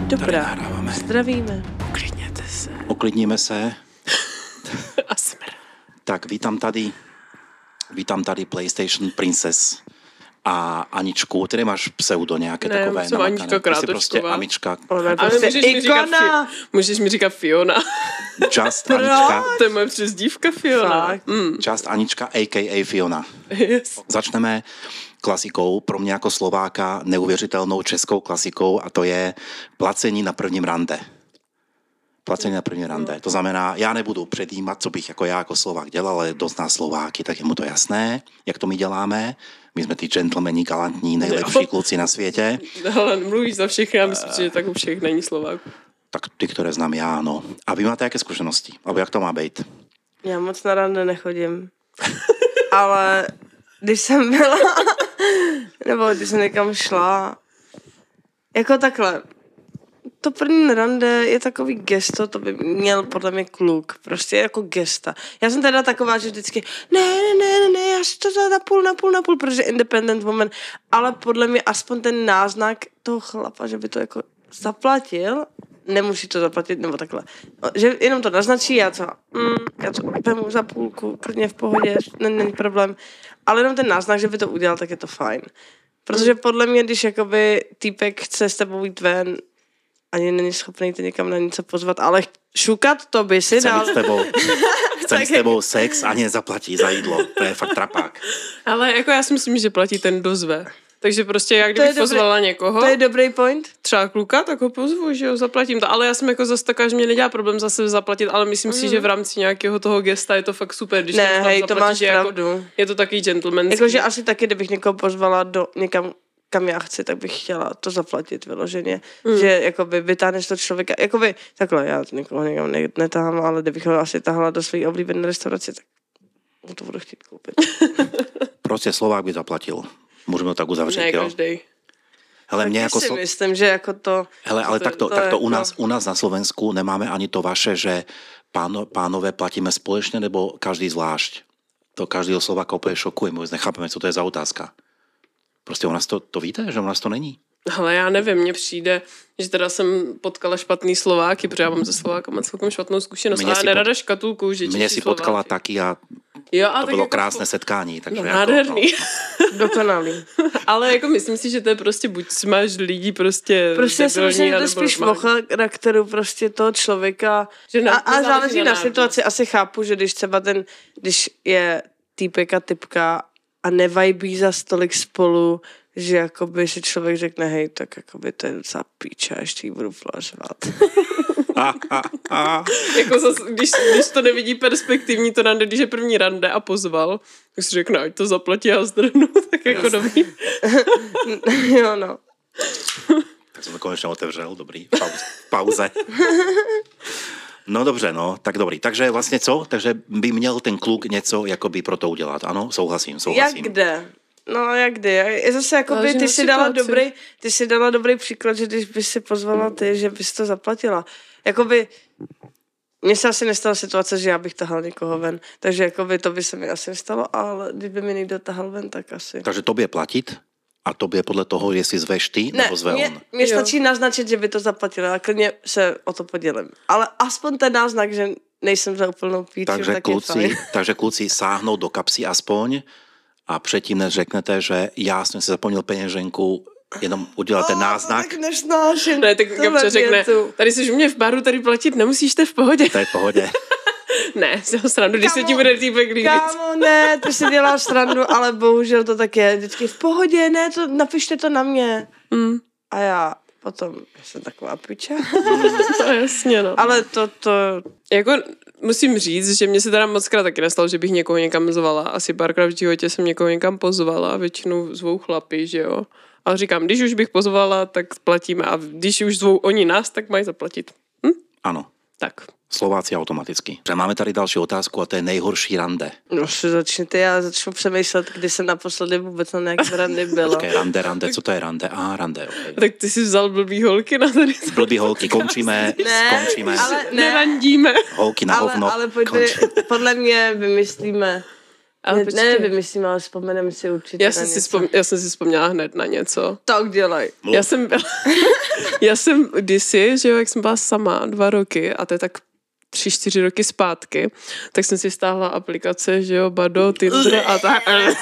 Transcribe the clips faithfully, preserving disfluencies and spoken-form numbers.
Dobrá, zdravíme. Uklidněte se. Uklidníme se. A smr. Tak, vítám tady, vítám tady PlayStation Princess a Aničku. Ty nemáš pseudo nějaké ne, takové jsem Anička Ty jsi prostě Amička. Ale můžeš mi, říkat Fi- můžeš mi říkat Fiona. Just Anička. To je moje přezdívka Fiona. Mm. Just Anička, a k a. Fiona. Yes. Začneme klasikou, pro mě jako Slováka neuvěřitelnou českou klasikou, a to je placení na prvním rande. Placení na první rande. To znamená, já nebudu předjímat, co bych jako já jako Slovák dělal, ale dost nás Slováky, tak je mu to jasné, jak to my děláme. My jsme ty gentlemani, galantní, nejlepší no. kluci na světě. Ale mluvíš za všechny, já myslím, že tak u všech není Slováků. Tak ty, které znám já, no. A vy máte jaké zkušenosti? Alebo jak to má být? Já moc na rande nechodím. Ale když jsem byla, nebo když jsem někam šla, jako takhle, to první rande je takový gesto, to by měl podle mě kluk, prostě jako gesta. Já jsem teda taková, že vždycky, ne, ne, ne, ne, ne, já si to za na půl, na půl, na půl, protože independent woman, ale podle mě aspoň ten náznak toho chlapa, že by to jako zaplatil, nemusí to zaplatit, nebo takhle, že jenom to naznačí, já co, mm, já to vemu za půlku, klidně v pohodě, není problém, ale jenom ten náznak, že by to udělal, tak je to fajn. Protože podle mě, když jakoby týpek chce s tebou jít ven, ani není schopný tě někam na něco pozvat, ale šukat to by si Chce dal. Chce s tebou, chce s tebou sex a nezaplatí za jídlo. To je fakt trapák. Ale jako já si myslím, že platí ten, kdo zve. Takže prostě jak kdybych pozvala někoho. To je dobrý point. Třeba kluka, tak ho pozvu, že jo, zaplatím to. Ale já jsem jako zase taká, že mě nedělá problém zase zaplatit, ale myslím mm. si, že v rámci nějakého toho gesta je to fakt super, když ne, hej, to máš jako, pravdu. Je to takový gentlemanský. Jakože asi taky, kdybych někoho pozvala do někam, kam já chci, tak bych chtěla to zaplatit vyloženě. Mm. Že jakoby vytáhneš to člověka, jakoby takhle, já někoho někam netahám, ale kdybych ho asi tahala do své oblíbené restaurace, tak mu to budu chtít koupit. Prostě Slovák by zaplatil. Můžeme to tak uzavřít, ne, jo? každej. Hele, tak mě jako si slo... myslím, že jako to... Hele, ale to, takto, to takto jako... u, nás, u nás na Slovensku nemáme ani to vaše, že páno, pánové platíme společně, nebo každý zvlášť. To každého Slováka úplně šokuje, my vůbec nechápeme, co to je za otázka. Prostě u nás to, to víte, že u nás to není? Ale já nevím, mně přijde, že teda jsem potkala špatný Slováky, protože já mám ze Slovákama celkem špatnou zkušenost. A já nerada pod... škatulku, že Mě si potkala Slováky. Taky a jo, a to bylo jako krásné setkání. Takže no, jako, nádherný. No. Dokonalý. Ale jako myslím si, že to je prostě buď máš lidi prostě Prostě si myslím, že to je spíš o charakteru prostě toho člověka. Že na, a, a záleží na, na situaci. Asi chápu, že když třeba ten, když je týpek a typka a nevajbí za stolik spolu, že jakoby si člověk řekne, hej, tak jakoby to je docela píče, a ještě jí budu flašovat. Jako zase, když, když to nevidí perspektivní to rande, když je první rande a pozval, tak si řekne, ať to zaplatí a zdrhnu, tak jako dobrý. Jo, no. Tak jsem to konečně otevřel, dobrý, pauze. pauze. No dobře, no, tak dobrý. Takže vlastně co? Takže by měl ten kluk něco jakoby pro to udělat, ano? Souhlasím, souhlasím. Jak kde? No jak kdy? Je zase jakoby, ty si dala dobrý, ty si dala dobrý příklad, že když bys si pozvala ty, že bys to zaplatila. Jakoby, mně se asi nestala situace, že já bych tahal někoho ven, takže jakoby to by se mi asi nestalo, ale kdyby mi někdo tahal ven, tak asi. Takže tobě platit a tobě podle toho, jestli zveš ty, ne, nebo zve mě, on. Mně stačí naznačit, že by to zaplatila a klidně se o to podělím. Ale aspoň ten náznak, že nejsem za úplnou píču, takže tak kluci, je fajn. Takže kluci sáhnou do kapsy aspoň a předtím, než řeknete, že já jsem si zapomněl peněženku, jenom udělat ten náznak. Oh, tak nesnáším. Ne, tak Gabča řekne, tady jsi u mě v baru, tady platit nemusíš, to v pohodě. To je v pohodě. Ne, jsem srandu, když se ti bude týpek líbit. Kámo, ne, ty si děláš srandu, ale bohužel to tak je. Vždycky v pohodě, ne, to, napište to na mě. Mm. A já potom jsem taková piča. To je jasně, no. Ale to, to... Jako musím říct, že mě se teda mockrát taky nestalo, že bych někoho někam zvala. Asi párkrát v životě jsem někoho někam pozvala, většinou zvou chlapy, že jo. Ale říkám, když už bych pozvala, tak platíme. A když už zvou oni nás, tak mají zaplatit. Hm? Ano. Tak. Slováci automaticky. Máme tady další otázku a to je nejhorší rande. No si začněte, já začnu přemýšlet, kdy jsem naposledy vůbec na nějaké randy byla. Počkej, rande, rande, co to je rande? A ah, rande, okay. Tak ty jsi vzal blbý holky na tady. Blbý holky, končíme, ne, končíme. Ale ne, nerandíme. Holky na ale, hovno, ale pojďme, podle mě vymyslíme Ale ne, nevymyslím, ale vzpomeneme si určitě já na jsem, si něco. vzpom, já jsem si vzpomněla hned na něco. Tak dělej. Já jsem byla, já jsem kdysi, že jo, jak jsem byla sama dva roky a to je tak tři, čtyři roky zpátky, tak jsem si stáhla aplikace, že jo, Bado, Tinder a tak.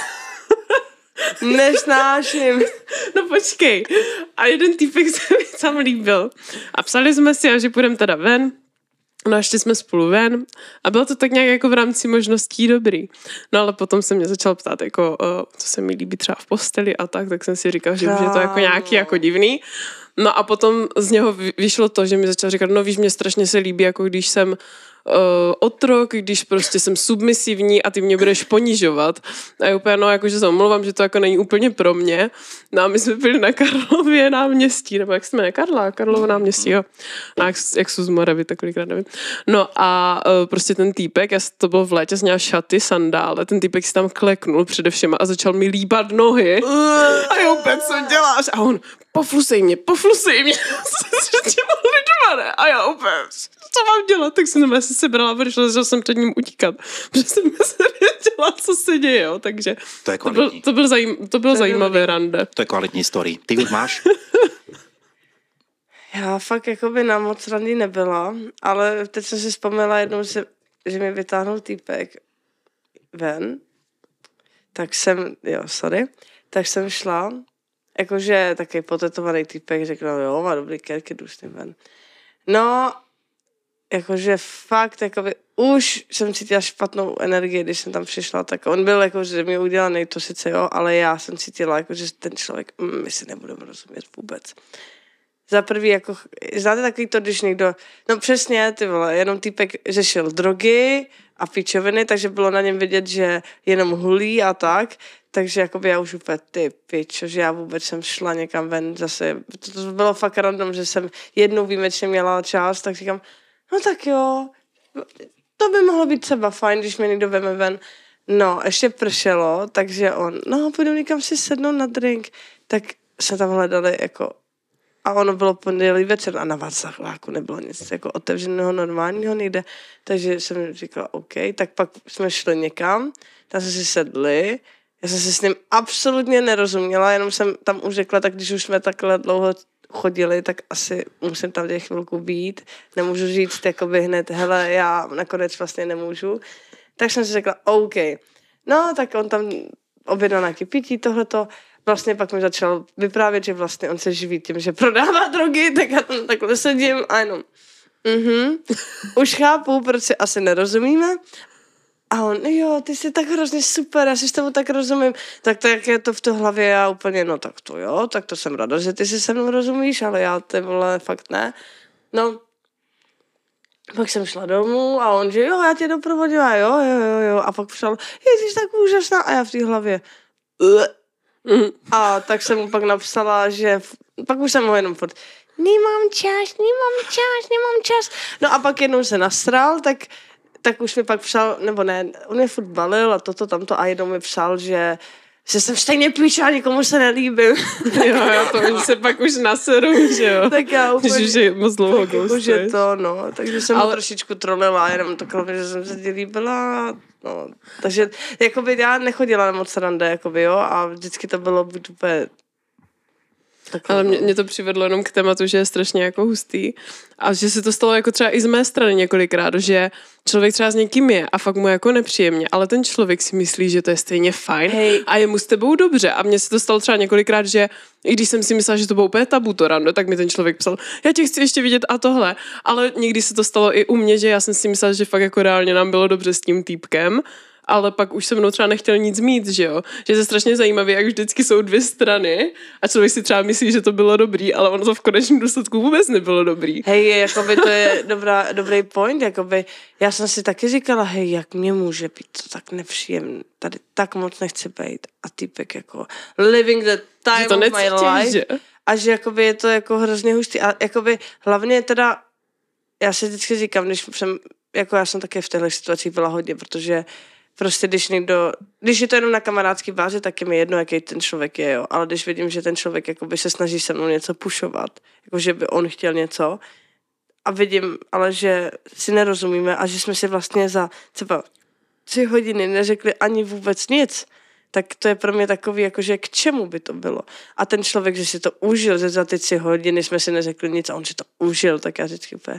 Nesnáším. No počkej. A jeden týpek se mi tam líbil. A psali jsme si, že půjdeme teda ven. No a šli jsme spolu ven a bylo to tak nějak jako v rámci možností dobrý. No ale potom se mě začal ptát, jako, uh, co se mi líbí třeba v posteli a tak, tak jsem si říkal, že už je to jako nějaký jako divný. No a potom z něho vyšlo to, že mi začal říkat, no víš, mě strašně se líbí, jako když jsem uh, otrok, když prostě jsem submisivní a ty mě budeš ponižovat. A je úplně, no jakože se omlouvám, že to jako není úplně pro mě. No a my jsme byli na Karlově náměstí, nebo jak jsme ne, Karla, Karlovo náměstí, jo. No jak, jak jsou z Moravy, tak kolikrát nevím. No a uh, prostě ten týpek, já, to bylo v létě, jsem měla šaty, sandále, ten týpek si tam kleknul především a začal mi líbat nohy. A já úplně, co děláš? A on, poflusej mě, poflusej mě. A já úplně, co mám dělat? Tak jsem se sebrala a přišla, že jsem před ním utíkat. Protože jsem se věděla, co se děje, jo. Takže to, je to, byl, to, byl zajím, to bylo to zajímavé rande. To je kvalitní story. Ty už máš? Já fakt jakoby na moc randy nebyla, ale teď jsem si vzpomněla jednou, že, že mi vytáhnul týpek ven, tak jsem, jo, sorry, tak jsem šla, jakože takový potetovaný týpek řekl, no jo, má dobrý kerky, jdu s tím ven. No, jakože fakt, jakoby, už jsem cítila špatnou energii, když jsem tam přišla, tak on byl jakože mi udělaný, to sice jo, ale já jsem cítila, jakože ten člověk, mm, my si nebudeme rozumět vůbec. Za prvý, jako, znáte takový to, když někdo, no přesně, ty vole, jenom týpek řešil drogy a pičoviny, takže bylo na něm vidět, že jenom hulí a tak, takže jakoby já už úplně ty pičo, že já vůbec jsem šla někam ven zase, to, to bylo fakt random, že jsem jednou výjimečně měla čas, tak říkám, no tak jo, to by mohlo být třeba fajn, když mě někdo veme ven. No, ještě pršelo, takže on, no, půjdu někam si sednout na drink, tak se tam hledali jako. A ono bylo pondělí večer a na Václaváku nebylo nic jako otevřeného normálního nikde. Takže jsem říkala, OK, tak pak jsme šli někam, tam jsme si sedli, já jsem si s ním absolutně nerozuměla, jenom jsem tam už řekla, tak když už jsme takhle dlouho chodili, tak asi musím tam těch chvilku být. Nemůžu říct jakoby hned, hele, já nakonec vlastně nemůžu. Tak jsem si řekla, OK. No, tak on tam objednal nějaký pití, tohleto. Vlastně pak mi začal vyprávět, že vlastně on se živí tím, že prodává drogy, tak já tam takhle sedím a jenom mhm, už chápu, proč si asi nerozumíme. A on, jo, ty jsi tak hrozně super, já si s tebou tak rozumím. Tak tak je to v té hlavě, já úplně, no tak to jo, tak to jsem ráda, že ty si se mnou rozumíš, ale já ty vole, fakt ne. No, pak jsem šla domů a on, že jo, já tě doprovodím a jo, jo, jo, jo. A pak psal, je, jsi tak úžasná a já v té hlavě uh. A tak jsem mu pak napsala, že pak už jsem ho jenom furt nemám čas, nemám čas, nemám čas. No a pak jednou se nasral, tak, tak už mi pak psal, nebo ne, on mě furt balil a toto, tamto a jednou mi psal, že že jsem stejně píča, nikomu se nelíbím. Jo, jo, to už se pak už naseru, že jo. Tak já úplně, že je moc dlouho že to, no, takže jsem ale ho trošičku trolila, jenom takhle, že jsem se ti líbila, no, takže, jakoby já nechodila na moc rande, jakoby, jo, a vždycky to bylo buď úplně takhle. Ale mě, mě to přivedlo jenom k tématu, že je strašně jako hustý a že se to stalo jako třeba i z mé strany několikrát, že člověk třeba s někým je a fakt mu je jako nepříjemně, ale ten člověk si myslí, že to je stejně fajn Hej. a je mu s tebou dobře a mně se to stalo třeba několikrát, že i když jsem si myslela, že to bylo úplně tabu to rando, tak mi ten člověk psal, já tě chci ještě vidět a tohle, ale někdy se to stalo i u mě, že já jsem si myslela, že fakt jako reálně nám bylo dobře s tím týpkem, ale pak už se mnou třeba nechtěl nic mít, že jo? Že je to strašně zajímavé, jak vždycky jsou dvě strany a člověk si třeba myslí, že to bylo dobrý, ale ono to v konečném důsledku vůbec nebylo dobrý. Hej, jakoby to je dobrá, dobrý point, jakoby já jsem si taky říkala, hej, jak mě může být to tak nepříjemné, tady tak moc nechci být a týpek jako living the time to of my life že? A že jakoby je to jako hrozně hustý a jakoby hlavně teda, já si vždycky říkám, když jsem, jako já jsem taky v těchto situacích byla hodně, protože prostě když někdo, když je to jenom na kamarádský bázi, tak je mi jedno, jaký ten člověk je, jo. Ale když vidím, že ten člověk jakoby se snaží se mnou něco pušovat, jako že by on chtěl něco a vidím, ale že si nerozumíme a že jsme si vlastně za třeba tři hodiny neřekli ani vůbec nic, tak to je pro mě takový, jakože k čemu by to bylo. A ten člověk, že si to užil, že za ty tři hodiny jsme si neřekli nic a on si to užil, tak já vždycky úplně,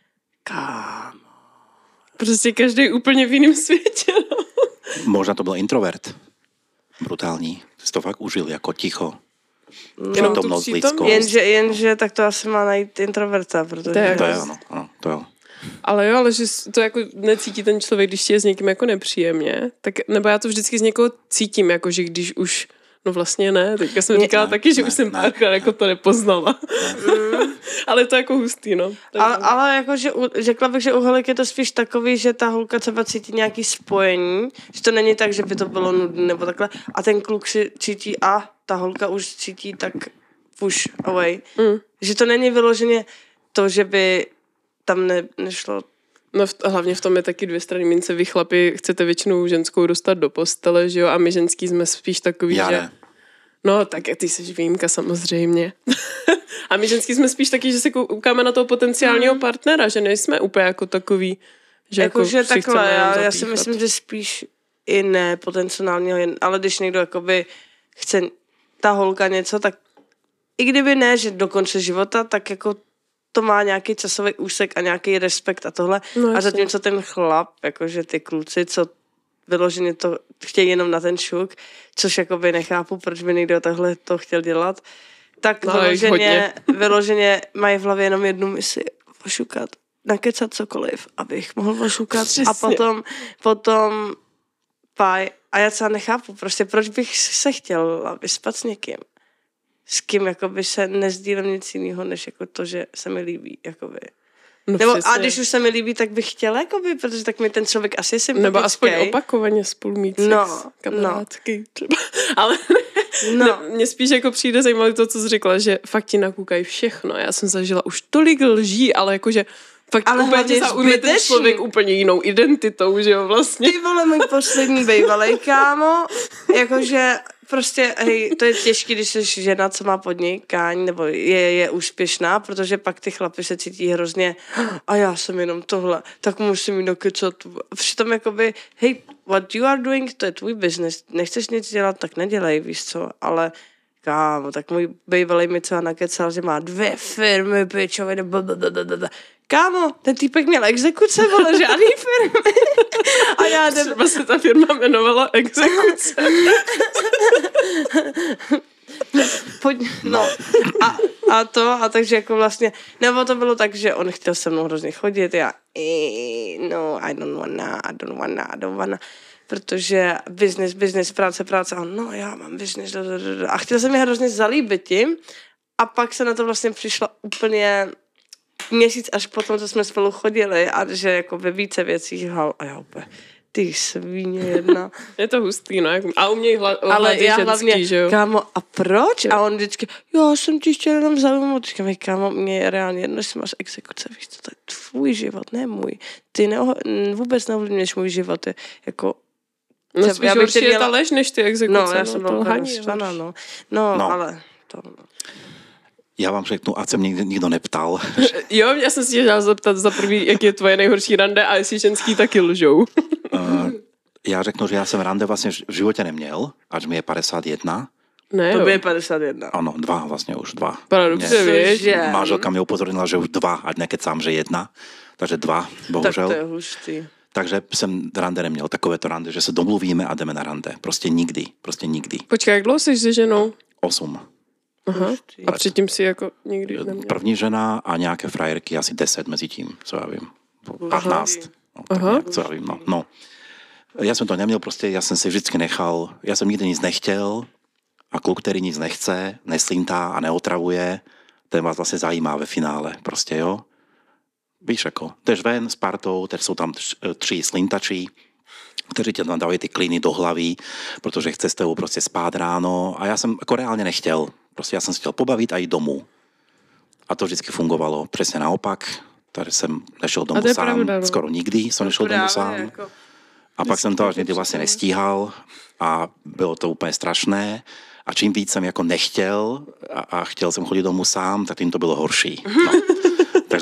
kámo. Prostě každý úplně v jiném světě, no. Možná to byl introvert. Brutální. Jsi to fakt užil jako ticho. No, Přítomnost, lidskost. Jenže, jenže, tak to asi má najít introverta, protože... To je, To je ano, ano, to jo. Ale jo, ale že to jako necítí ten člověk, když je s někým jako nepříjemně, tak, nebo já to vždycky z někoho cítím, jako že když už, no vlastně ne, teďka jsem říkala ne, taky, že ne, už jsem ne. párkrát jako to nepoznala. Ale to je jako hustý, no. Ale, ale jakože řekla bych, že u holek je to spíš takový, že ta holka třeba cítí nějaký spojení, že to není tak, že by to bylo nudné nebo takhle, a ten kluk si cítí a ta holka už cítí tak push away. Mm. Že to není vyloženě to, že by tam ne, nešlo. No v, hlavně v tom je taky dvě strany mince. Vy chlapi chcete většinou ženskou dostat do postele, že jo, a my ženský jsme spíš takový, Já že... ne. No, tak ty jsi výjimka samozřejmě. A my ženský jsme spíš taky, že se koukáme na toho potenciálního Mm. partnera, že nejsme úplně jako takový, že jako, Jakože si chceme takhle, jenom já, já si zapíchat. myslím, že spíš i ne potenciálního, jen, ale když někdo jakoby chce ta holka něco, tak i kdyby ne, že do konce života, tak jako to má nějaký časový úsek a nějaký respekt a tohle. No, a jasně. zatímco ten chlap, jakože ty kluci, co vyloženě to chtějí jenom na ten šuk, což jakoby nechápu, proč by někdo takhle to chtěl dělat, tak No, ale jich vyloženě, vyloženě mají v hlavě jenom jednu misi, ošukat, nakecat cokoliv, abych mohl ošukat. Přesně. A potom, potom paj. A já třeba nechápu, prostě proč bych se chtěl vyspat s někým, s kým jakoby se nezdílím nic jiného, než jako to, že se mi líbí, jakoby. No, Nebo, přesně. a když už se mi líbí, tak bych chtěla, jakoby, protože tak mi ten člověk asi je sympatický. Nebo aspoň opakovaně spolu mít sex, No, kamarádky třeba. Ale No. ne, mně spíš jako přijde zajímavé to, co jsi řekla, že fakt ti nakoukají všechno. Já jsem zažila už tolik lží, ale jakože fakt Ale úplně hlavně tě zaujme ten zbytečný. člověk úplně jinou identitou, že jo, vlastně. Ty vole, můj poslední bejvalej, kámo, jakože prostě, hej, to je těžké, když jsi žena, co má podnikání, nebo je, je úspěšná, protože pak ty chlapy se cítí hrozně, a já jsem jenom tohle, tak musím jít nakecat. Přitom jakoby, hej, what you are doing, to je tvůj business, nechceš nic dělat, tak nedělej, víš co, ale kámo, tak můj bejvalej mi třeba nakecal, že má dvě firmy, pičoviny, blablabla. Kámo, ten týpek měl exekuce, vole, žádný firmy. A já jdem... Třeba se ta firma jmenovala Exekuce. Pojď, no. A, a to, a takže jako vlastně, nebo to bylo tak, že on chtěl se mnou hrozně chodit, já, eh, no, I don't wanna, I don't wanna, I don't wanna, protože business, business, práce, práce, a on, no, já mám business, da, da, da, da. A chtěl se mi hrozně zalíbit tím, a pak se na to vlastně přišla úplně měsíc až potom, co jsme spolu chodili, a že jako ve více věcích hal, a já úplně, ty svíně jedna. Je to hustý, no. jako- A umějí hla, Ale já ženský, hlavně, že jo. kámo, a proč? A on vždycky, já jsem ti chtěl jenom zaujmout. Říkám, kámo, mě je reálně jedno, jestli máš exekuce, víš co, to je tvůj život, ne můj. Ty neoh, vůbec neovlivňuješ můj život, je jako... No třeba- spíš já bych horší tě je měla- ta lež, než ty exekuce. No, já jsem to byla lhaní je štvaná, horší. no. no. No. ale to... No. Já vám řeknu, ať se mě nikdo, nikdo neptal. Jo, já jsem si chtěla zeptat za prvý, jak je tvoje nejhorší rande a jestli ženský taky lžou. Uh, já řeknu, že já jsem rande vlastně v životě neměl, až mi je padesát jedna. Ne, To jo. by padesát jedna. Ano, dva vlastně už, dva. Dobře, Mě- víš. Cože? Manželka mě upozornila, že už dva, ať nekecám, že jedna. Takže dva, Tak bohužel. to je hustý. Takže jsem rande neměl, takovéto rande, že se domluvíme a jdeme na rande. Prostě nikdy, prostě nikdy. Počkej, jak dlouho jsi se ženou? Osm. Aha. Hustý. A předtím si jako nikdy neměl. První žena a nějaké frajerky, asi deset mezi tím, co já vím. patnáct. No, tak Aha. nějak, co já vím, no. no. Já jsem to neměl, prostě já jsem si vždycky nechal, já jsem nikdy nic nechtěl a kluk, který nic nechce, neslintá a neotravuje, ten vás vlastně zajímá ve finále, prostě jo. Víš, jako, jdeš ven s partou, teď jsou tam tř- tři slintači, kteří tě tam dávají ty klíny do hlavy, protože chce s tebou prostě spát ráno a já jsem jako reálně nechtěl. Prostě já jsem se chtěl pobavit a jít domů. A to vždycky fungovalo přesně naopak. Tady jsem nešel A domů to je sám, pravda, no. skoro nikdy jsem nešel domů Právě, sám. jako... A pak jsem to až někdy vlastně nestíhal a bylo to úplně strašné. A čím víc jsem jako nechtěl a, a chtěl jsem chodit domů sám, tak tím to bylo horší. No. Takže tak.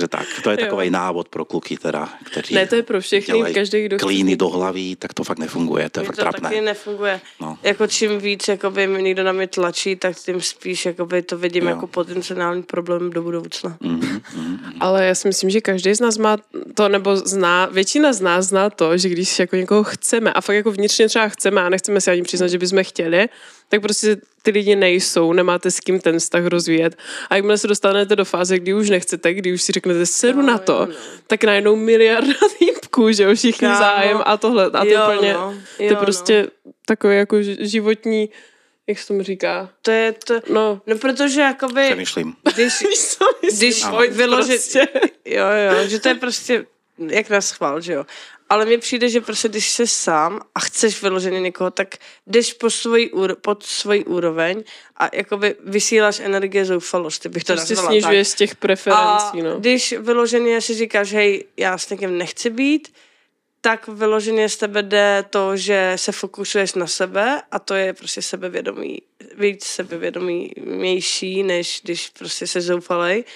To je takovej návod pro kluky teda, kteří Ne, to je pro všechny, dělají každý, kdo chce klíny být- do hlavy, tak to fakt nefunguje, to je Mně fakt to taky trapné. nefunguje. No. Jako čím víc jakoby, mi někdo na mě tlačí, tak tím spíš jakoby, to vidím Jo. jako potenciální problém do budoucna. Mhm, mhm. Ale já si myslím, že každý z nás má to, nebo zná, většina z nás zná to, že když jako někoho chceme a fakt jako vnitřně třeba chceme a nechceme si ani přiznat, že bychom chtěli, tak prostě ty lidi nejsou, nemáte s kým ten vztah rozvíjet. A jakmile se dostanete do fáze, kdy už nechcete, kdy už si řeknete seru No, na to, jo, no. tak najednou miliarda týpků, že jo, všichni Kámo. zájem a tohle. A to Jo, úplně, no. to je Jo, prostě takový jako ži- životní, jak se tomu říká? To je to, No, no protože jakoby, Přemýšlím. když, víš co myslím? když Pojď vyložit, prostě. jo, jo, že to je prostě jak na schvál, že jo. Ale mně přijde, že prostě když jsi sám a chceš vyloženě někoho, tak jdeš po svoji, úro, pod svoji úroveň a jakoby vysíláš energie zoufalosti, bych to Prostě nazvala snižuješ tak. z těch A preferencí, no. když vyloženě si říkáš, hej, já s někým nechci být, tak vyloženě z tebe jde to, že se fokusuješ na sebe a to je prostě sebevědomí, víc sebevědomější, než když prostě se zoufalej.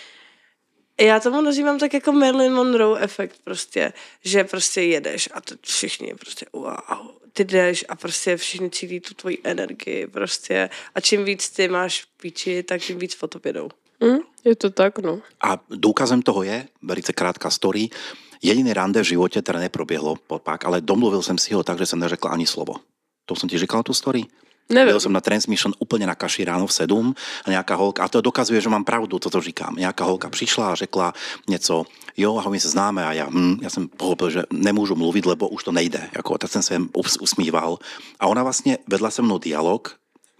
Já tomu nazývám tak jako Marilyn Monroe efekt prostě, že prostě jedeš a to všichni prostě wow, ty jdeš a prostě všichni cítí tu tvoji energii prostě a čím víc ty máš píči, tak tím víc o tobě jdou. Hm, je to tak, no. A důkazem toho je, velice krátká story, jediné rande v životě, které neproběhlo, pak, ale domluvil jsem si ho tak, že jsem neřekl ani slovo. To jsem ti říkal tu story? Nevím. Byl jsem na Transmission úplně na kaši ráno v sedm a nějaká holka, a to dokazuje, že mám pravdu, toto říkám. Nějaká holka přišla a řekla něco, jo, ahoj, my se známe a já, hm, já jsem pochopil, že nemůžu mluvit, lebo už to nejde. Jako, tak jsem se jen usmíval. A ona vlastně vedla se mnou dialog,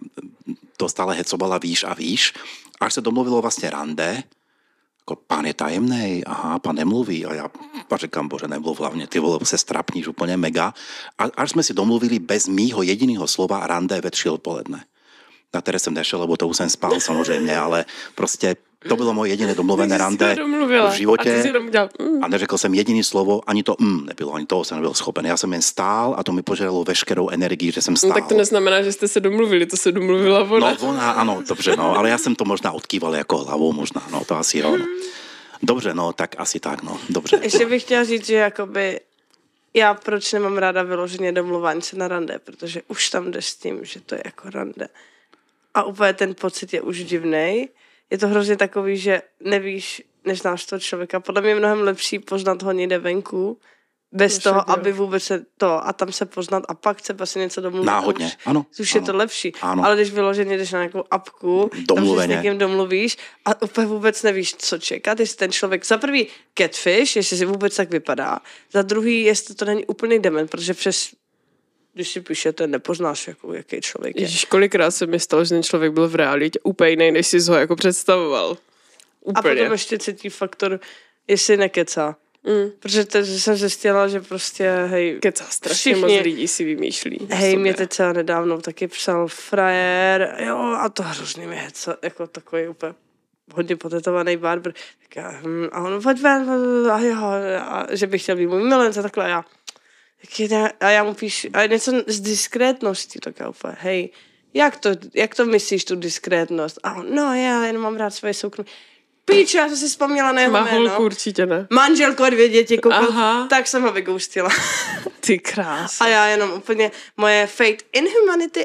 to stále hecovala výš a výš, až se domluvilo vlastně rande, jako pán je tajemnej, aha, pán nemluví a já a říkám, bože, nemluv hlavně, ty vole, se strapníš úplně mega. A až jsme si domluvili bez mýho jediného slova rande ve tři odpoledne. Na které jsem nešel, lebo to už jsem spal samozřejmě, ale prostě to bylo moje jediné domluvené rande v životě. A ty si jenom dělal, mm. A neřekl jsem jediný slovo, ani to mm nebylo, ani toho jsem nebyl schopen. Já jsem jen stál a to mi požadalo veškerou energii, že jsem stál. No, tak to neznamená, že jste se domluvili, to se domluvila ona. No, ona, ano, dobře, no, ale já jsem to možná odkýval jako hlavou, možná, no, to asi jo. No. Dobře, no, tak asi tak, no, dobře. Ještě bych chtěla říct, že jakoby já proč nemám ráda vyloženě domluvání se na rande, protože už tam jde s tím, že to je jako rande. A úplně ten pocit je už divnej. Je to hrozně takový, že nevíš, neznáš toho člověka. Podle mě je mnohem lepší poznat ho někde venku, bez No, toho, však jo. aby vůbec se to a tam se poznat a pak třeba si něco domluvit. Náhodně, už, ano, Už ano, je to lepší. ano. Ale když vyloženě jdeš na nějakou apku, tam si s Domluveně. někým domluvíš a úplně vůbec nevíš, co čekat, jestli ten člověk za prvý catfish, jestli si vůbec tak vypadá, za druhý, jestli to není úplný dement, protože přes když si píšete, nepoznáš, jako, jaký člověk je. Ježíš, kolikrát se mi stalo, že ten člověk byl v realitě úplně jiný, než jsi ho jako představoval. A Úplně. potom ještě třetí faktor, jestli nekecá. Mm. Protože teď jsem zjistila, že prostě, hej, Kecá strašně všichni- moc lidí si vymýšlí. o hej, sobě. mě teď třeba nedávno taky psal frajer, jo, a to hrozně mi heca, jako takový úplně hodně potetovaný barber. Tak já, hm, a on, pojď ven, a jo, a že bych chtěl být můj milenec a takhle, a já, jak je, a já mu píšu, a něco s diskrétností, tak já úplně, hej, jak to, jak to myslíš, tu diskrétnost? A on, no, já jenom mám rád svoje soukromí. Píčo, já jsem si vzpomněla na jeho Má jméno. holku určitě ne. Manželku a dvě děti, koukal, Aha. tak jsem ho vygoustila. Ty krás. A já jenom úplně, moje fate in humanity.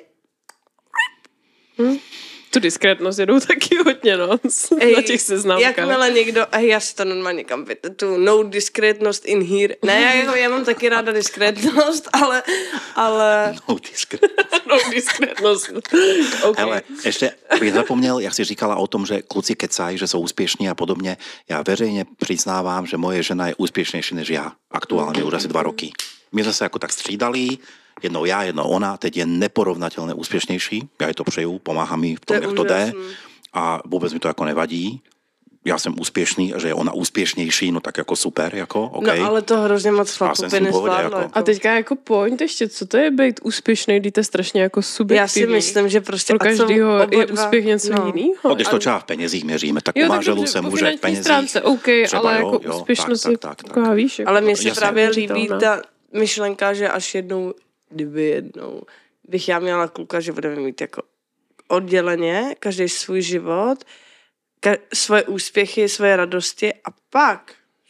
Tu diskrétnost jedou taky hodně, no. Na těch seznamkách. Jakmile někdo, a já si to normálně kam vyte, tu no diskrétnost in here. Ne, já, jako, já mám taky ráda diskrétnost, ale, ale No, diskret. no, diskrétnost. Okay. Hele, ještě bych zapomněl, jak jsi říkala o tom, že kluci kecají, že jsou úspěšní a podobně. Já veřejně přiznávám, že moje žena je úspěšnější než já. Aktuálně už asi dva roky. My jsme se jako tak střídali, jednou já, jednou ona, teď je neporovnatelně úspěšnější. Já ji to přeju, pomáhá mi v tom, To je jak to jde. úžasný. A vůbec mi to jako nevadí. Já jsem úspěšný a že je ona úspěšnější, no tak jako super, jako, OK. no ale to hrozně moc jsem chlapů s by tím v pohodě, nezvládlo. jako. Jako. A teďka jako point ještě, co to je být úspěšný, když to je strašně jako subjektivní. Já si myslím, že prostě... Pro a co každýho oba je dva- úspěch něco no. jiného. No, když to třeba v penězích měříme, tak Jo, u tak manželů dobře, se po může v finanční penězích. stránce, OK, třeba, ale jo, jako jo, úspěšnost tak, je tak, tak, taková, tak. víš. Jako Ale mně se Jasně. právě líbí Měřitelná. ta myšlenka, že až jednou, kdyby jednou, bych já měla kluka, že budeme mít jako odděleně, každý svůj život, ka- svoje úspěchy, svoje radosti a pak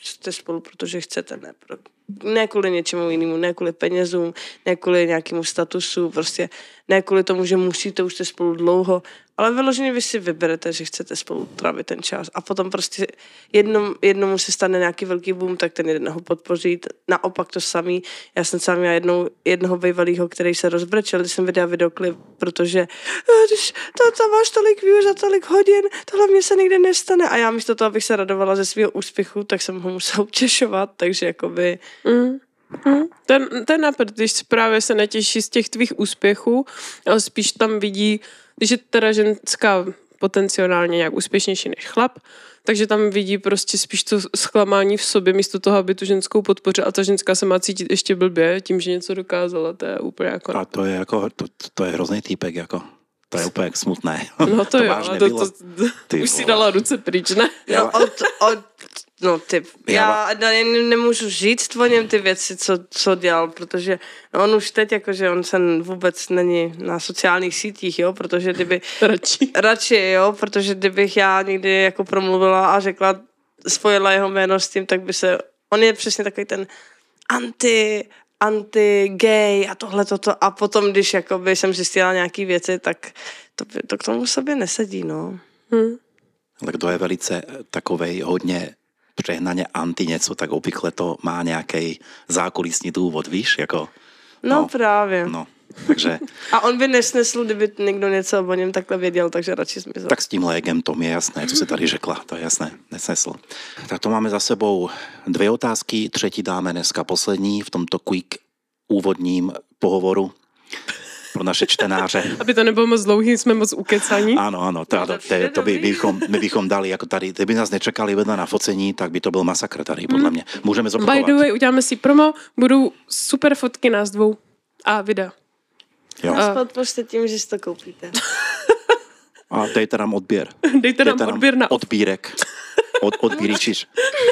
jste spolu, protože chcete, ne, pro, ne kvůli něčemu jinému, ne kvůli penězům, ne kvůli nějakému statusu, prostě ne kvůli tomu, že musíte, už jste spolu dlouho, ale vyloženě vy si vyberete, že chcete spolu trávit ten čas a potom prostě jednom, jednomu se stane nějaký velký boom, tak ten jeden ho podpoří, naopak to samý. Já jsem sám měla jednou, jednoho bývalýho, který se rozbrečel, když jsem viděla videoklip, protože když to, to máš tolik views za tolik hodin, tohle mě se nikdy nestane a já místo toho, abych se radovala ze svého úspěchu, tak jsem ho musela obtěšovat, takže jakoby... Mm. Mm. Ten, ten nápad, když právě se netěší z těch tvých úspěchů, ale spíš tam vidí, když je teda ženská potenciálně nějak úspěšnější než chlap, takže tam vidí prostě spíš to zklamání v sobě místo toho, aby tu ženskou podpořila a ta ženská se má cítit ještě blbě tím, že něco dokázala, to je úplně jako... A to je jako, to, to je hrozný týpek, jako. To je úplně smutné. No to, to jo, to, to, to, už si dala ruce pryč, ne? No, od, od, no typ, já, já ne, nemůžu říct o něm ty věci, co, co dělal, protože on už teď, jakože on se vůbec není na sociálních sítích, jo, protože kdyby... Radši. Radši, jo, protože kdybych já někdy jako promluvila a řekla, spojila jeho jméno s tím, tak by se... On je přesně takový ten anti... anti-gay a tohle, toto. A potom, když jakoby jsem zjistila nějaký věci, tak to, to k tomu sobě nesedí, no. Hmm. Ale kdo je velice takovej hodně přehnaně anti něco, tak obvykle to má nějaký zákulisní důvod, víš, jako... No, no právě. No, takže... A on by nesnesl, kdyby někdo něco o něm takhle věděl, takže radši zmizel. Tak s tím légem to mi je jasné, co se tady řekla, to je jasné, nesnesl. Tak to máme za sebou dvě otázky, třetí dáme dneska poslední v tomto quick úvodním pohovoru pro naše čtenáře. Aby to nebylo moc dlouhý, jsme moc ukecaní. Ano, ano, to, to, to, to by, bychom, my bychom dali, jako tady, kdyby nás nečekali vedle na focení, tak by to byl masakr tady, podle mě. Můžeme zopakovat. By the way, uděláme si promo, budou super fotky nás dvou a videa. Jo. A podpořte tím, že si to koupíte. A dejte nám odběr. Dejte, dejte nám, nám odběr na... Odbírek. Od, odbíričiš.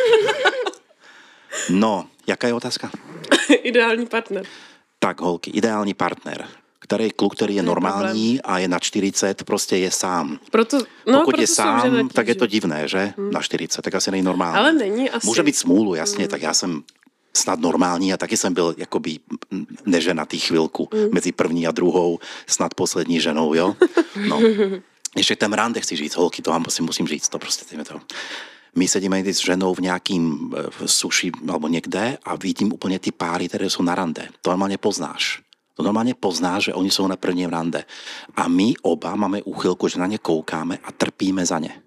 No, jaká je otázka? Ideální partner. Tak, holky, ideální partner. Který kluk, který je normální a je na čtyřicet, prostě je sám. Proto, no, Pokud proto je sám, ženatí, tak je to že? divné, že? Hmm. Na čtyřicet, tak asi není normální. Ale není asi. Může být smůlu, jasně, hmm. tak já jsem snad normální a taky jsem byl jakoby neženatý chvilku hmm. mezi první a druhou, snad poslední ženou, jo? No. Ještě ten rande chci říct, holky, to vám si musím říct, to prostě tím to. My sedíme někdy s ženou v nějakým v suši alebo někde a vidím úplně ty páry, které jsou na rande. To normálně poznáš. To normálně poznáš, že oni jsou na prvním rande. A my oba máme úchylku, že na ně koukáme a trpíme za ně.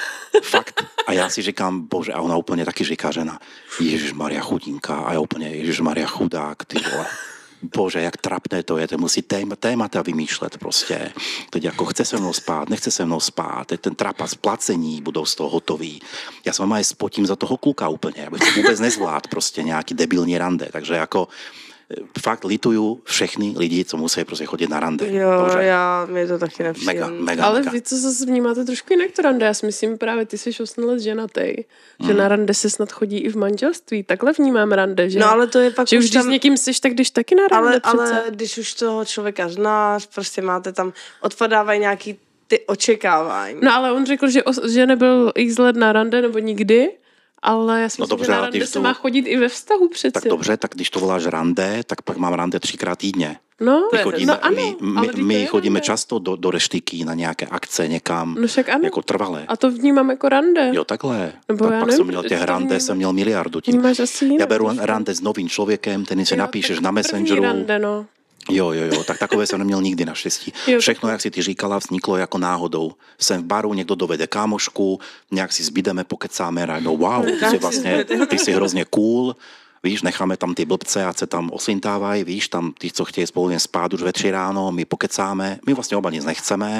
Fakt. A já si říkám, bože, a ona úplně taky říká žena, Ježišmaria chudinka, a já úplně, Ježišmaria chudák, ty vole. Bože, jak trapné to je, to musí téma, témata vymýšlet prostě. Teď jako chce se mnou spát, nechce se mnou spát, teď ten trapas placení budou z toho hotový. Já se mám aj spotím za toho kluka úplně, abych to vůbec nezvlád, prostě nějaký debilní rande, takže jako fakt lituju všechny lidi, co musí prostě chodit na rande. Jo, dobře. Já, mě to taky nepřijde. Mega, mega, Ale mega. vy, co zase vnímáte trošku jinak to rande, já si myslím právě, ty jsi osm let ženatej, že mm. na rande se snad chodí i v manželství, takhle vnímám rande, že? No ale to je pak že už už když tam... s někým jsi, tak když taky na rande ale, přece. ale když už toho člověka znáš, prostě máte tam, odpadávají nějaký ty očekávání. No ale on řekl, že, os, že nebyl x let na rande, nebo nikdy, ale já si No myslím, dobře, že na a rande když se to- má chodit i ve vztahu přeci. Tak dobře, tak když to voláš rande, tak pak mám rande třikrát týdně. No, My chodíme, no ano, my, ale my, vždyť to my je chodíme rande. často do, do reštiky na nějaké akce někam, No však ano. jako trvalé. A to vnímám jako rande. Jo, takhle. Nebo tak já pak nevím, jsem měl že těch to rande, vnímám. jsem měl miliardu tím. Vnímáš asi jinak. Já beru trošku. rande s novým člověkem, ten si Jo, napíšeš tak na první Messengeru. Rande, no. Jo, jo, jo, tak takové jsem neměl nikdy naštěstí. Jo, Všechno, jak si ty říkala, vzniklo jako náhodou. Jsem v baru, někdo dovede kámošku, nějak si zbydeme, pokecáme, a no wow, ty jsi vlastně, ty jsi hrozně cool, víš, necháme tam ty blbce, ať se tam oslintávají, víš, tam ty, co chtějí spolu spát už ve tři ráno, my pokecáme, my vlastně oba nic nechceme.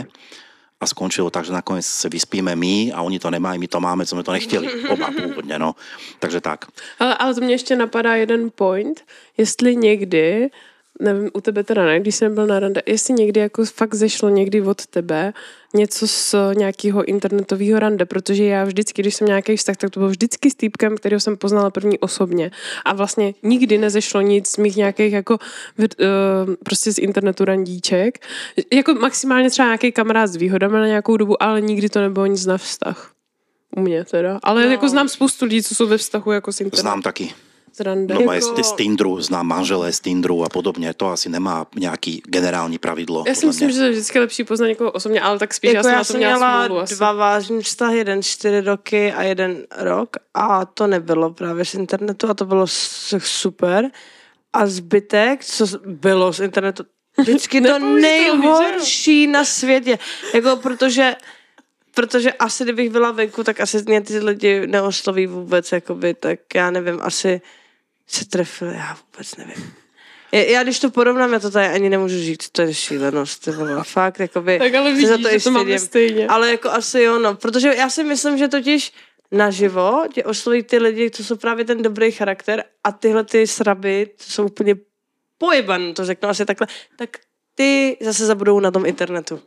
A skončilo tak, že nakonec se vyspíme my a oni to nemají, my to máme, co jsme to nechtěli. Oba původně, no. Takže tak. Ale, ale to mě ještě napadá jeden point, jestli někdy, nevím, u tebe teda ne, když jsem byl na rande, jestli někdy jako fakt zešlo někdy od tebe něco z nějakého internetového rande, protože já vždycky, když jsem nějaký vztah, tak to bylo vždycky s týpkem, kterého jsem poznala první osobně. A vlastně nikdy nezešlo nic z mých nějakých jako uh, prostě z internetu randíček. Jako maximálně třeba nějaký kamarád s výhodami na nějakou dobu, ale nikdy to nebylo nic na vztah. u mě teda. Ale No. jako znám spoustu lidí, co jsou ve vztahu jako s internetem. Znám taky. S randem. No, Jako- jako... z Tinderu, znám manželé z Tinderu a podobně. To asi nemá nějaký generální pravidlo. Já si podle myslím, mě. že to je vždycky lepší poznat někoho osobně, ale tak spíš Jako já já jsem na jsem to měla měla smůlu asi. dva vážný vztahy, jeden čtyři roky a jeden rok a to nebylo právě z internetu a to bylo s- super. A zbytek, co bylo z internetu, vždycky to Nepoužitelný, nejhorší na světě. Jako protože, protože asi kdybych byla venku, tak asi mě ty lidi neosloví vůbec, jakoby, tak já nevím, asi se trefili, já vůbec nevím. Já, já když to porovnám, já to tady ani nemůžu říct, to je šílenost, to bylo fakt, jakoby, Tak ale se vidíš, za to že i to máme stydím. stejně. Ale jako asi jo, no, protože já si myslím, že totiž naživo tě osloví ty lidi, co jsou právě ten dobrý charakter a tyhle ty sraby, co jsou úplně pojebaný, to řeknu asi takhle, tak ty zase zabudou na tom internetu.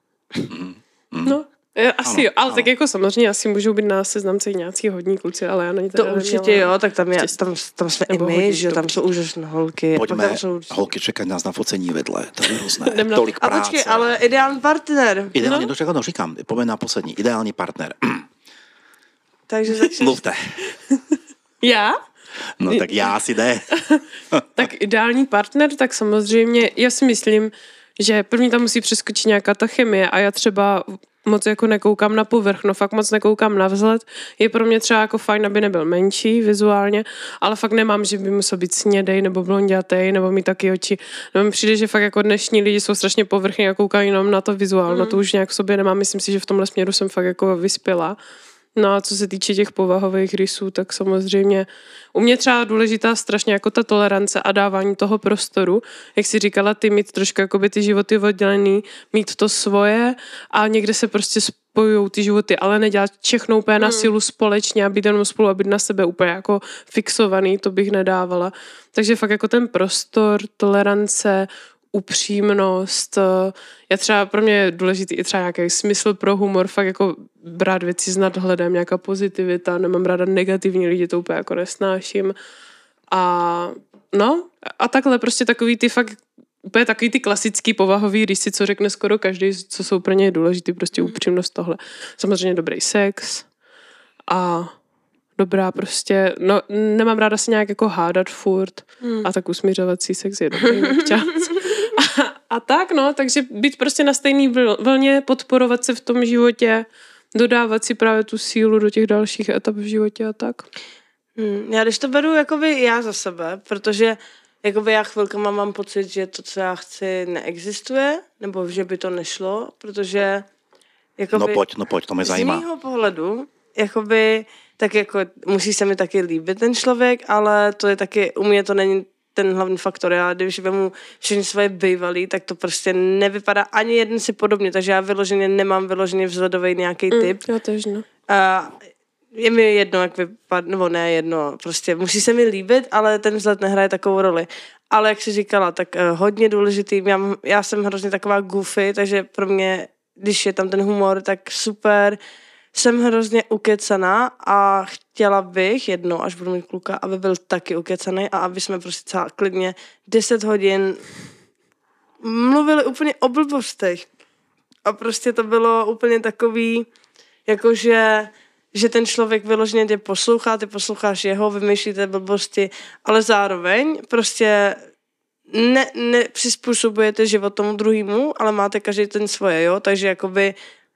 No, je, asi Ano, jo, ale ano. tak jako samozřejmě asi můžou být na seznamce nějací hodní kluci, ale já na ně To teda určitě neměla. jo, tak tam, je, štěstí. tam, tam jsme Nebo i my, hodně že tam dobrý. jsou úžasné holky. a pak Pojďme, tam jsou... holky čekají nás na focení vedle, to je hrozné. Jdem na- Tolik A práce. počkej, ale ideální partner. Ideální, No. no. no, no říkám, pojďme na poslední. Ideální partner. Takže začneš... Mluvte. Já? No tak já asi ne. Tak ideální partner, tak samozřejmě, já si myslím, že první tam musí přeskočit nějaká ta chemie a já třeba moc jako nekoukám na povrch, no fakt moc nekoukám na vzhled. Je pro mě třeba jako fajn, aby nebyl menší vizuálně, ale fakt nemám, že by musel být snědej nebo blondětej nebo mít taky oči. No mi přijde, že fakt jako dnešní lidi jsou strašně povrchní a koukají jenom na to vizuál, mm. no to už nějak v sobě nemám, myslím si, že v tomhle směru jsem fakt jako vyspěla. No a co se týče těch povahových rysů, tak samozřejmě u mě třeba důležitá strašně jako ta tolerance a dávání toho prostoru, jak jsi říkala, ty mít trošku jakoby ty životy oddělený, mít to svoje a někde se prostě spojují ty životy, ale nedělat všechno úplně na sílu společně a být jenom spolu a být na sebe úplně jako fixovaný, to bych nedávala. Takže fakt jako ten prostor, tolerance, upřímnost. Já třeba, pro mě je důležitý i třeba nějaký smysl pro humor, fakt jako brát věci s nadhledem, nějaká pozitivita, nemám ráda negativní lidi, to úplně jako nesnáším. A no, a takhle prostě takový ty fakt úplně takový ty klasický povahový rysy, co řekne skoro každý, co jsou pro něj důležitý, prostě upřímnost tohle. Samozřejmě dobrý sex a dobrá prostě, no nemám ráda se nějak jako hádat furt hmm. a tak usmířovací sex je dobrý občas. A, a tak no, takže být prostě na stejný vlně, podporovat se v tom životě, dodávat si právě tu sílu do těch dalších etap v životě a tak. Hmm, já když to beru jakoby já za sebe, protože jakoby já chvilkama mám pocit, že to, co já chci, neexistuje, nebo že by to nešlo, protože jakoby, No pojď, no pojď, to mě z zajímá. mýho pohledu, jakoby, tak jako musí se mi taky líbit ten člověk, ale to je taky, u mě to není ten hlavní faktor. Já když vemu všechny svoje bývalý, tak to prostě nevypadá ani jeden si podobně, takže já vyloženě nemám vyloženě vzhledový nějaký typ. Mm, já tež, no. A je mi jedno, jak vypadá, nebo ne jedno, prostě musí se mi líbit, ale ten vzhled nehraje takovou roli. Ale jak jsi říkala, tak uh, hodně důležitý, já, já jsem hrozně taková goofy, takže pro mě, když je tam ten humor, tak super. Jsem hrozně ukecaná a chtěla bych jednou, až budu mít kluka, aby byl taky ukecaný a aby jsme prostě celá klidně deset hodin mluvili úplně o blbostech. A prostě to bylo úplně takový, jakože že ten člověk vyloženě tě poslouchá, ty posloucháš jeho, vymýšlíte blbosti, ale zároveň prostě ne, nepřizpůsobujete život tomu druhému, ale máte každý ten svoje, jo, takže jakoby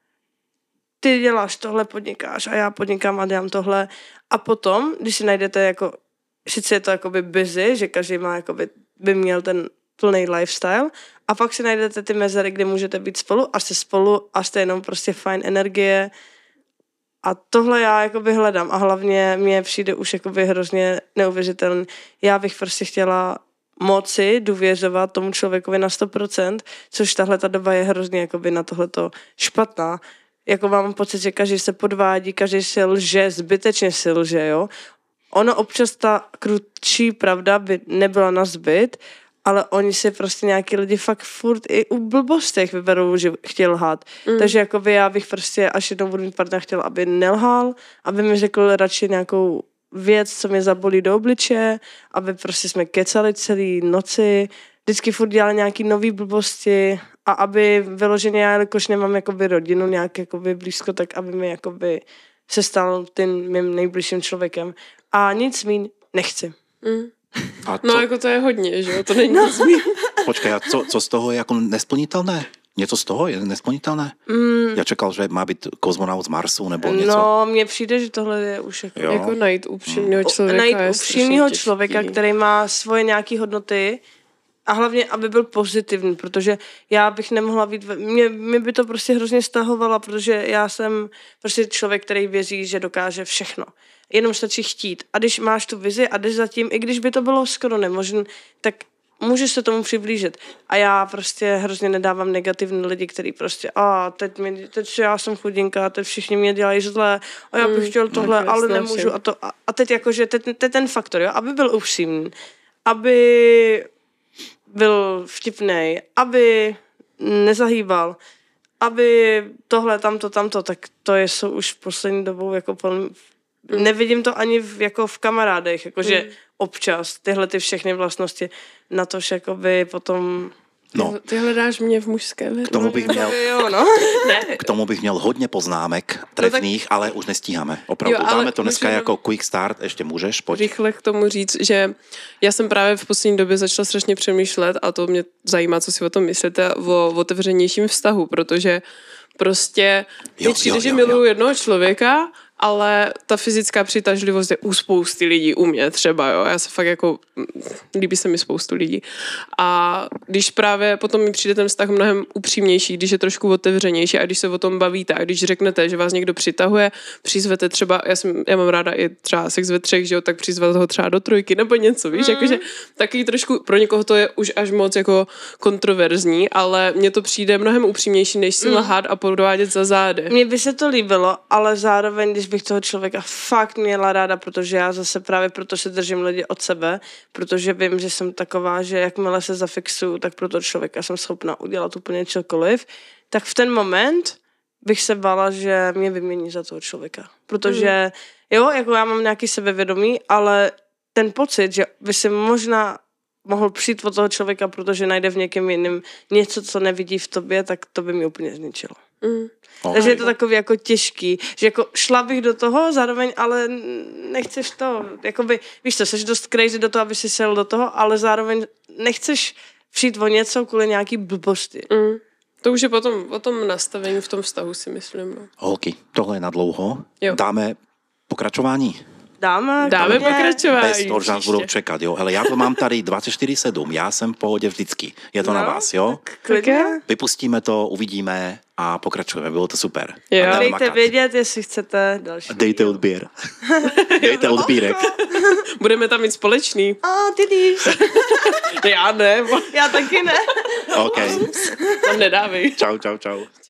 ty děláš tohle, podnikáš a já podnikám a dělám tohle a potom, když si najdete jako, sice je to jakoby busy, že každý má jakoby, by měl ten plný lifestyle a pak si najdete ty mezery, kde můžete být spolu a jste spolu a jste jenom prostě fajn energie a tohle já jakoby hledám a hlavně mě přijde už jakoby hrozně neuvěřitelný. Já bych prostě chtěla moci důvěřovat tomu člověkovi na sto procent, což tahle ta doba je hrozně jakoby na tohleto špatná. Jako mám pocit, že každý se podvádí, každý si lže, zbytečně si lže, jo. Ono občas ta krutší pravda by nebyla na zbyt, ale oni si prostě nějaký lidi fakt furt i u blbostech vyberou, že chtěl lhát. Mm. Takže jakoby já bych prostě, až jednou budu mít partner, chtěl, aby nelhal, aby mi řekl radši nějakou věc, co mě zabolí do obličeje, aby prostě jsme kecali celý noci, vždycky furt dělali nějaký nový blbosti a aby vyloženě já, jakož nemám jakoby rodinu nějak jakoby blízko, tak aby mi jakoby se stal tím mým nejbližším člověkem. A nic míň nechci. Mm. A co, No jako to je hodně, že jo, to není nic míň. počkej, a co, co z toho je jako nesplnitelné? Něco z toho je nesplnitelné? Mm. Já čekal, že má být kozmonaut z Marsu nebo něco. No, mně přijde, že tohle je už jako... Jo. Jako najít upřímného člověka najít je upřímného strašně člověka, těžký. který má svoje nějaké hodnoty a hlavně, aby byl pozitivní, protože já bych nemohla být, mě, mě by to prostě hrozně stahovalo, protože já jsem prostě člověk, který věří, že dokáže všechno. Jenom stačí chtít. A když máš tu vizi a jdeš za tím, i když by to bylo skoro nemožné, tak můžeš se tomu přiblížit. A já prostě hrozně nedávám negativní lidi, kteří prostě, a teď, mě, teď já jsem chudinka, teď všichni mě dělají zle, a já bych chtěl tohle, tak ale jasné, nemůžu. všem. A, to, a, a teď jakože, teď, teď ten faktor, jo, aby byl upřímný, aby byl vtipnej, aby nezahýbal, aby tohle, tamto, tamto, tak to je, jsou už v poslední dobou jako plný, nevidím to ani v, jako v kamarádech, jakože mm. občas tyhle ty všechny vlastnosti, na tož jakoby potom... No, Ty, ty hledáš mě v mužské verzi. k tomu bych měl, Jo, no. Ne, k tomu bych měl hodně poznámek trefných, ale už nestíháme. Opravdu, Jo, ale dáme to dneska můžeme- jako quick start, ještě můžeš, pojď. rychle k tomu říct, že já jsem právě v poslední době začala strašně přemýšlet a to mě zajímá, co si o tom myslíte, o otevřenějším vztahu, protože prostě Jo, mi přijde, jo, že jo, miluju jo. jednoho člověka, ale ta fyzická přitažlivost je u spousty lidí, u mě třeba, jo. Já se fakt jako, líbí se mi spoustu lidí. A když právě potom mi přijde ten vztah mnohem upřímnější, když je trošku otevřenější a když se o tom bavíte a když řeknete, že vás někdo přitahuje, přizvete třeba, já, jsem, já mám ráda i třeba sex ve třech, že jo, tak přizvat ho třeba do trojky nebo něco, víš, mm. jakože taky trošku, pro někoho to je už až moc jako kontroverzní, ale mně to přijde mnohem upřímnější, než si mm. lhát a podvádět za zády. Mně by se to líbilo, ale zároveň, když bych toho člověka fakt měla ráda, protože já zase právě proto se držím lidi od sebe, protože vím, že jsem taková, že jakmile se zafixuju, tak pro toho člověka jsem schopna udělat úplně čokoliv, tak v ten moment bych se bála, že mě vymění za toho člověka. Protože mm. jo, jako já mám nějaký sebevědomí, ale ten pocit, že by si možná mohl přijít od toho člověka, protože najde v někém jiném něco, co nevidí v tobě, tak to by mě úplně zničilo. Mm. Okay. Takže je to takový jako těžký, že jako šla bych do toho, zároveň ale nechceš to, jakoby, víš co, jsi dost crazy do toho, aby si šel do toho, ale zároveň nechceš přijít o něco kvůli nějaký blbosti. Mm. To už je potom o tom nastavení v tom vztahu, si myslím. No. Holky, tohle je na dlouho. Jo. Dáme pokračování. Dáme, Dáme klidně. pokračování. Bez toho, že nás příště. budou čekat, jo. Hele, já to mám tady dvacet čtyři sedm, já jsem v pohodě vždycky. Je to No, na vás, jo. Klidně. Vypustíme to, uvidíme a pokračujeme. Bylo to super. Jo. A jdeme Dejte makat. vědět, jestli chcete další. Dejte odběr. Dejte odbírek. Budeme tam mít společný. A ty víš. Já ne, Já taky ne. OK. tam nedávej. Čau, čau, čau.